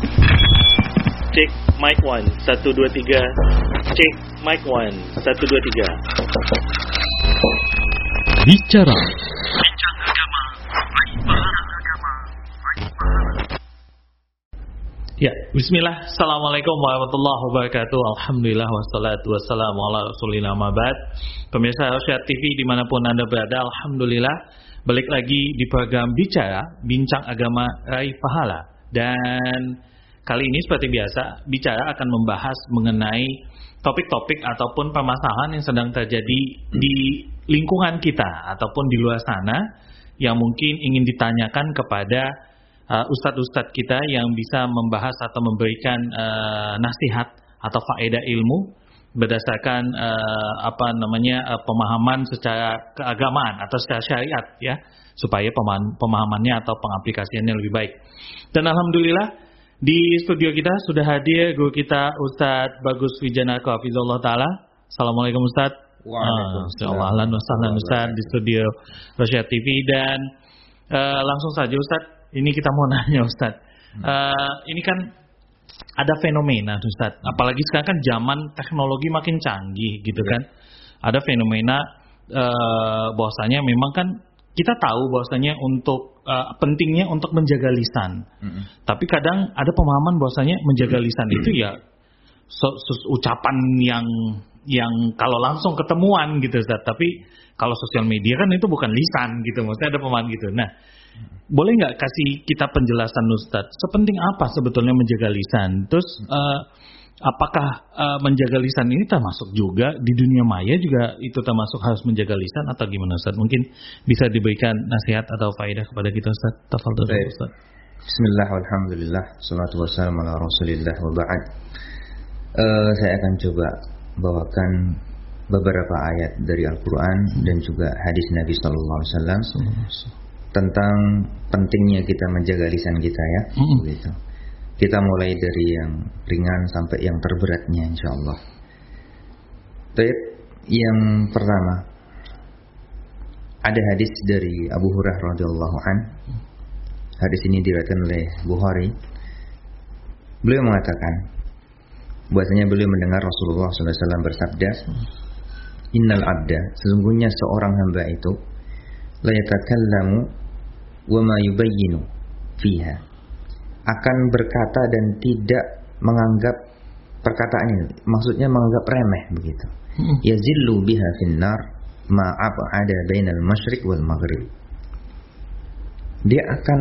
Cek mic 1, 1, 2, 3. Cek mic 1, 1, 2, 3. Bicara. Bincang agama, raih pahala agama, raih pahala. Ya, bismillah. Assalamualaikum warahmatullahi wabarakatuh. Alhamdulillah wassalatu wassalamu ala rasulillah mabad. Pemirsa Rosyad TV dimanapun Anda berada, alhamdulillah balik lagi di program Bicara, Bincang Agama Raih Pahala. Dan kali ini seperti biasa, Bicara akan membahas mengenai topik-topik ataupun permasalahan yang sedang terjadi di lingkungan kita ataupun di luar sana yang mungkin ingin ditanyakan kepada ustadz-ustadz kita yang bisa membahas atau memberikan nasihat atau faedah ilmu berdasarkan pemahaman secara keagamaan atau secara syariat, ya, supaya pemahamannya atau pengaplikasiannya lebih baik. Dan alhamdulillah di studio kita sudah hadir guru kita Ustadz Bagus Wijanarko hafizahullah taala. Assalamualaikum Ustadz. Waalaikumsalam. Ahlan wa sahlan Ustadz di studio Rosyad TV. Dan langsung saja Ustadz, ini kita mau nanya Ustadz. Ini kan ada fenomena Ustadz, apalagi sekarang kan zaman teknologi makin canggih gitu kan. Ada fenomena bahwasanya memang kan kita tahu bahwasanya untuk pentingnya untuk menjaga lisan. Tapi kadang ada pemahaman bahwasanya menjaga lisan itu ya ucapan yang kalau langsung ketemuan gitu Ustaz. Tapi kalau sosial media kan itu bukan lisan gitu, maksudnya ada pemahaman gitu. Nah, boleh nggak kasih kita penjelasan Ustaz, sepenting apa sebetulnya menjaga lisan? Terus apakah menjaga lisan ini termasuk juga di dunia maya juga itu termasuk harus menjaga lisan atau gimana Ustaz? Mungkin bisa diberikan nasihat atau faedah kepada kita Ustaz. Tafadhol Ustaz. Bismillah, alhamdulillah, salatu wassalamu ala rasulillah wa ba'd. Saya akan coba bawakan beberapa ayat dari Al-Quran dan juga hadis Nabi sallallahu alaihi wasallam tentang pentingnya kita menjaga lisan kita, ya. Begitu. Kita mulai dari yang ringan sampai yang terberatnya insyaallah. Baik, yang pertama ada hadis dari Abu Hurairah radhiyallahu an. Hadis ini diriwayatkan oleh Bukhari. Beliau mengatakan bahwasanya beliau mendengar Rasulullah SAW bersabda, "Innal abda, sesungguhnya seorang hamba itu la yatakallamu wa ma yubayyinu fiha, akan berkata dan tidak menganggap perkataannya, maksudnya menganggap remeh begitu. Yazillu biha finnar ma ab'ada bainal masyriq wal maghrib." Dia akan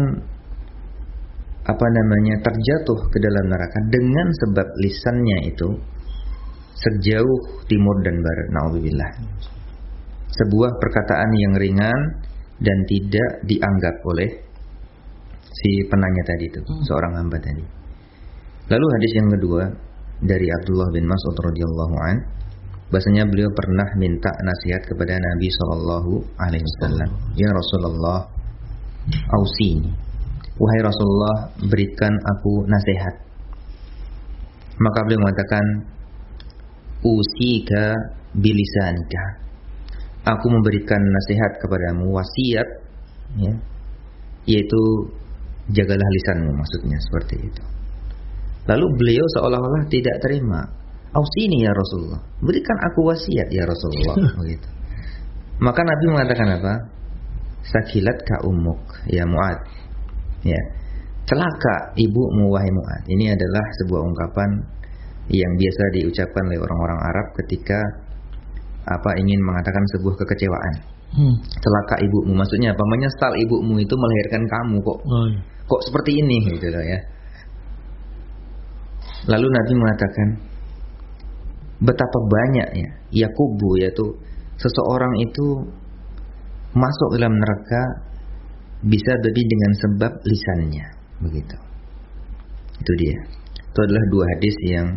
terjatuh ke dalam neraka dengan sebab lisannya itu sejauh timur dan barat. Na'udzubillah. Sebuah perkataan yang ringan dan tidak dianggap oleh si penanya tadi itu, seorang hamba tadi. Lalu hadis yang kedua dari Abdullah bin Mas'ud radhiyallahu an, bahasanya beliau pernah minta nasihat kepada Nabi sallallahu alaihi wasallam. "Ya Rasulullah, ausini, wahai Rasulullah, berikan aku nasihat." Maka beliau mengatakan, "Usika bilisanika, aku memberikan nasihat kepadamu, wasiat, ya, yaitu jagalah lisanmu," maksudnya seperti itu. Lalu beliau seolah-olah tidak terima. "Ausini ya Rasulullah, berikan aku wasiat ya Rasulullah." Begitu. Maka Nabi mengatakan apa? "Sakilatka ummuk ya Mu'ad." Ya, celaka ibumu wahai Mu'ad. Ini adalah sebuah ungkapan yang biasa diucapkan oleh orang-orang Arab ketika ingin mengatakan sebuah kekecewaan. Celaka ibumu, maksudnya apa? Menyesal ibumu itu melahirkan kamu kok seperti ini gitu loh, ya. Lalu Nabi mengatakan, betapa banyaknya yakubu, yaitu seseorang itu masuk dalam neraka bisa jadi dengan sebab lisannya, begitu. Itu dia. Itu adalah dua hadis yang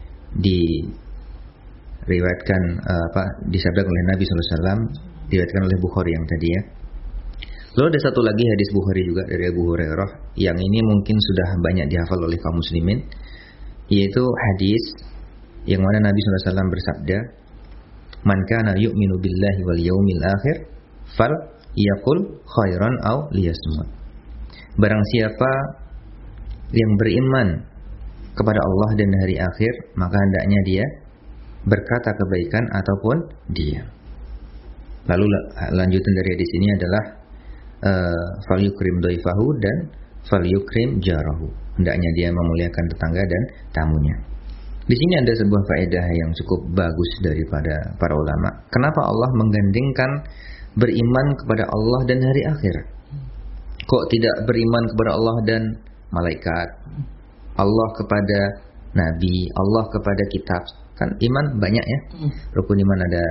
diriwayatkan disabdakan oleh Nabi sallallahu alaihi wasallam, diriwayatkan oleh Bukhari yang tadi, ya. Lalu ada satu lagi hadis Bukhari juga dari Abu Hurairah yang ini mungkin sudah banyak dihafal oleh kaum muslimin, yaitu hadis yang mana Nabi sallallahu alaihi wasallam bersabda, "Man kana yu'minu billahi wal yaumil akhir fal yaqul khairan aw liyasmut." Barang siapa yang beriman kepada Allah dan hari akhir, maka hendaknya dia berkata kebaikan ataupun diam. Lalu lanjutan dari hadis ini adalah falyukrim dhaifahu dan falyukrim jarahu. Hendaknya dia memuliakan tetangga dan tamunya. Di sini ada sebuah faedah yang cukup bagus daripada para ulama. Kenapa Allah menggandengkan beriman kepada Allah dan hari akhir? Kok tidak beriman kepada Allah dan malaikat, Allah kepada nabi, Allah kepada kitab? Kan iman banyak ya. Rukun iman ada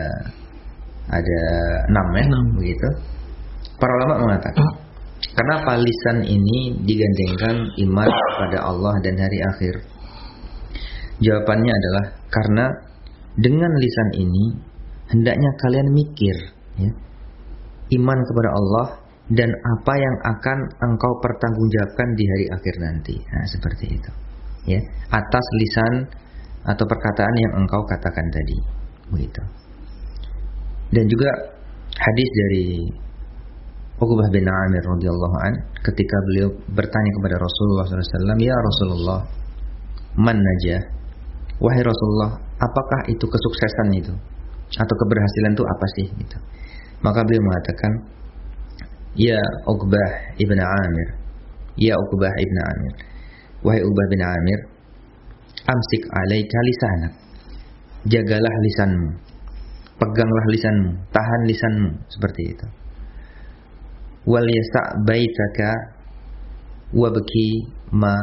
6 ya, begitu. Para ulama mengatakan, kenapa lisan ini digandengkan iman kepada Allah dan hari akhir? Jawabannya adalah karena dengan lisan ini hendaknya kalian mikir ya, iman kepada Allah dan apa yang akan engkau pertanggungjawabkan di hari akhir nanti. Nah, seperti itu. Ya, atas lisan atau perkataan yang engkau katakan tadi. Begitu. Dan juga hadis dari Uqbah bin Amir radhiyallahu an, ketika beliau bertanya kepada Rasulullah SAW, "Ya Rasulullah, man najah?" Wahai Rasulullah, apakah itu kesuksesan itu atau keberhasilan itu apa sih? Gitu. Maka beliau mengatakan, "Ya Uqbah ibn Amir, ya Uqbah ibn Amir, wahai Uqbah bin Amir, amsik alaika lisanak, jagalah lisanmu, peganglah lisanmu, tahan lisanmu," seperti itu. Wal yasa' baitaka wabki ma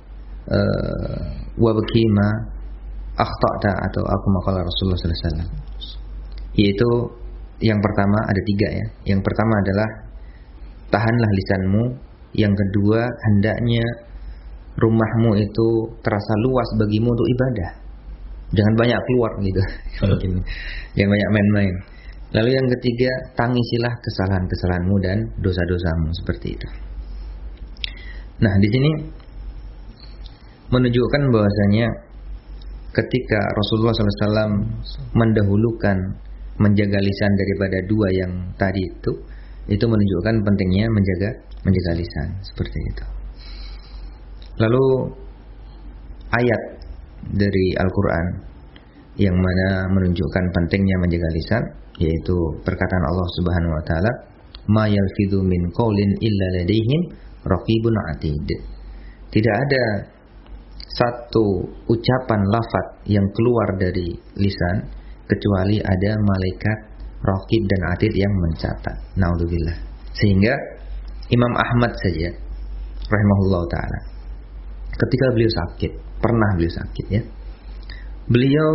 akhta'ta, atau aku maqala Rasulullah sallallahu alaihi wasallam. Yaitu yang pertama ada 3 ya. Yang pertama adalah tahanlah lisanmu. Yang kedua, hendaknya rumahmu itu terasa luas bagimu untuk ibadah. Jangan banyak keluar gitu. Jangan banyak main-main. Lalu yang ketiga, tangisilah kesalahan-kesalahanmu dan dosa-dosamu, seperti itu. Nah, di sini menunjukkan bahwasanya ketika Rasulullah SAW mendahulukan menjaga lisan daripada 2 yang tadi itu menunjukkan pentingnya menjaga lisan, seperti itu. Lalu ayat dari Al-Quran yang mana menunjukkan pentingnya menjaga lisan, yaitu perkataan Allah Subhanahu wa taala, "Ma yalfidhu min qaulin illa ladaihim raqibun atid." Tidak ada satu ucapan lafaz yang keluar dari lisan kecuali ada malaikat raqib dan atid yang mencatat. Naudzubillah. Sehingga Imam Ahmad saja rahimahullah taala, ketika beliau sakit, pernah beliau sakit ya, beliau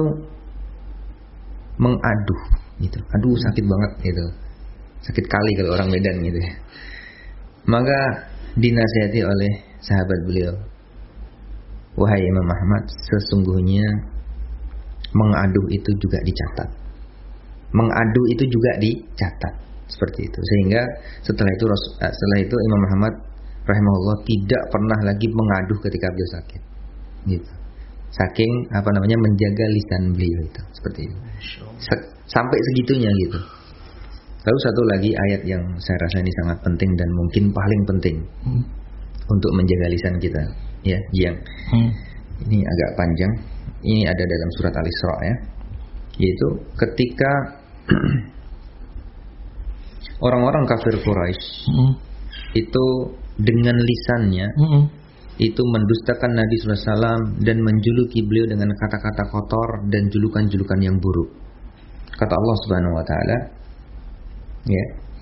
mengaduh gitu. Aduh, sakit banget gitu. Sakit kali kalau orang Medan gitu ya. Maka dinasihati oleh sahabat beliau, "Wahai Imam Ahmad, sesungguhnya mengaduh itu juga dicatat. Mengaduh itu juga dicatat." Seperti itu. Sehingga setelah itu Imam Ahmad rahimahullah tidak pernah lagi mengaduh ketika beliau sakit. Gitu. Saking menjaga lisan beliau itu, seperti itu. Sampai segitunya gitu. Lalu satu lagi ayat yang saya rasa ini sangat penting dan mungkin paling penting untuk menjaga lisan kita, ya, yang ini agak panjang. Ini ada dalam surat Al-Isra ya, yaitu ketika orang-orang kafir Quraisy itu dengan lisannya itu mendustakan Nabi SAW dan menjuluki beliau dengan kata-kata kotor dan julukan-julukan yang buruk. Kata Allah Subhanahu wa taala, ya,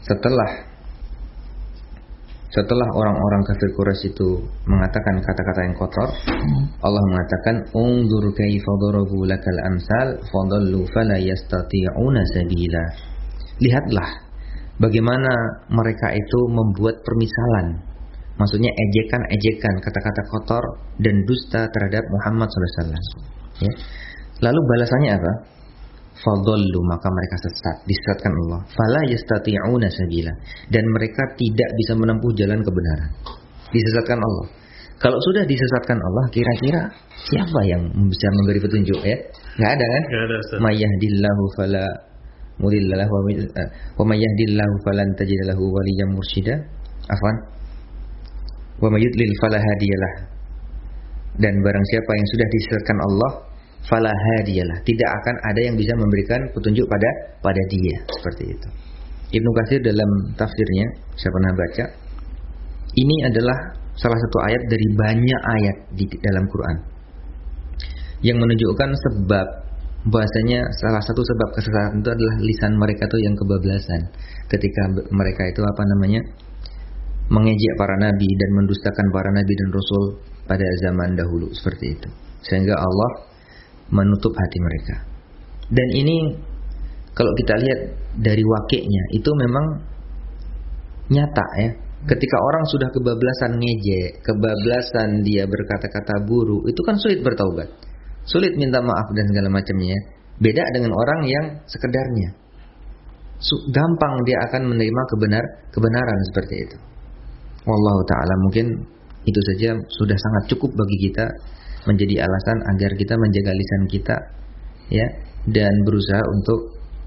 setelah orang-orang kafir Quraisy itu mengatakan kata-kata yang kotor, Allah mengatakan, "Unzur kaifa darabu lakal amsal fadallu fala yastati'una sabila." Lihatlah bagaimana mereka itu membuat permisalan, maksudnya ejekan-ejekan, kata-kata kotor dan dusta terhadap Muhammad SAW. Ya. Lalu balasannya apa? Fadallu, maka mereka sesat, disesatkan Allah. Fala yastati'una sabila, dan mereka tidak bisa menempuh jalan kebenaran. Disesatkan Allah. Kalau sudah disesatkan Allah, kira-kira siapa yang bisa memberi petunjuk ya? Enggak ada kan? Enggak ada, Ustaz. May yahdillahu fala mudilla lahu wa may yahdillahu falan tajid lahu waliyyan mursyida. Afwan. Wa may yudlil fala hadiyalah. Dan barang siapa yang sudah disesatkan Allah, fala hadiyalah, tidak akan ada yang bisa memberikan petunjuk pada dia, seperti itu. Ibnu Katsir dalam tafsirnya, saya pernah baca, ini adalah salah satu ayat dari banyak ayat di dalam Quran yang menunjukkan sebab bahasanya salah satu sebab kesesatan itu adalah lisan mereka itu yang kebablasan ketika mereka itu mengejek para nabi dan mendustakan para nabi dan rasul pada zaman dahulu, seperti itu, sehingga Allah menutup hati mereka. Dan ini kalau kita lihat dari wakilnya itu memang nyata ya. Ketika orang sudah kebablasan ngejek, kebablasan dia berkata-kata buruk, itu kan sulit bertaubat, sulit minta maaf dan segala macamnya. Beda dengan orang yang sekedarnya, gampang dia akan menerima kebenaran seperti itu. Wallahu ta'ala, mungkin itu saja sudah sangat cukup bagi kita menjadi alasan agar kita menjaga lisan kita ya, dan berusaha untuk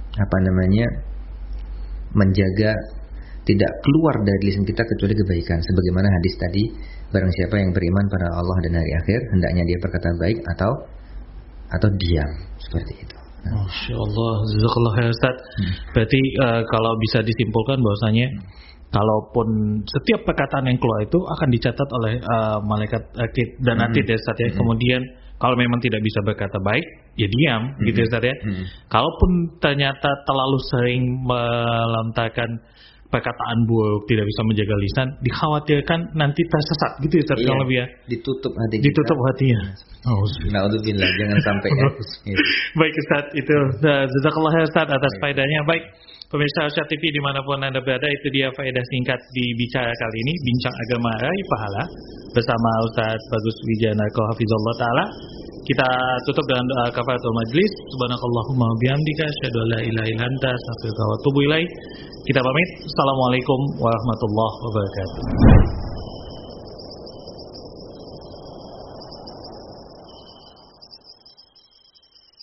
menjaga tidak keluar dari lisan kita kecuali kebaikan. Sebagaimana hadis tadi, barang siapa yang beriman pada Allah dan hari akhir, hendaknya dia berkata baik atau diam, seperti itu. Masya Allah, jazakallah khair Ustaz. Berarti kalau bisa disimpulkan bahwasanya kalaupun setiap perkataan yang keluar itu akan dicatat oleh malaikat akid dan atid ya Ustaz ya. Kemudian kalau memang tidak bisa berkata baik, ya diam gitu ya Ustaz ya. Kalaupun ternyata terlalu sering melontarkan perkataan buruk, tidak bisa menjaga lisan, dikhawatirkan nanti tersesat gitu ya Ustaz, kalau lebih ya. Ditutup hatinya. Naudzubillah, jangan sampai ya. Baik Ustaz, itu jazakallah khair Ustaz atas faedahnya. Baik pemirsa Arsyad TV dimanapun Anda berada, itu dia faedah singkat di Bicara kali ini, Bincang Agama Raih Pahala bersama Ustaz Bagus Wijanarko Hafizallah Ta'ala. Kita tutup dengan doa kafaratul majlis. Subhanakallahumma bihamdika asyhadu an la ilaha illa anta astaghfiruka wa atubu ilaik. Kita pamit. Assalamualaikum warahmatullahi wabarakatuh.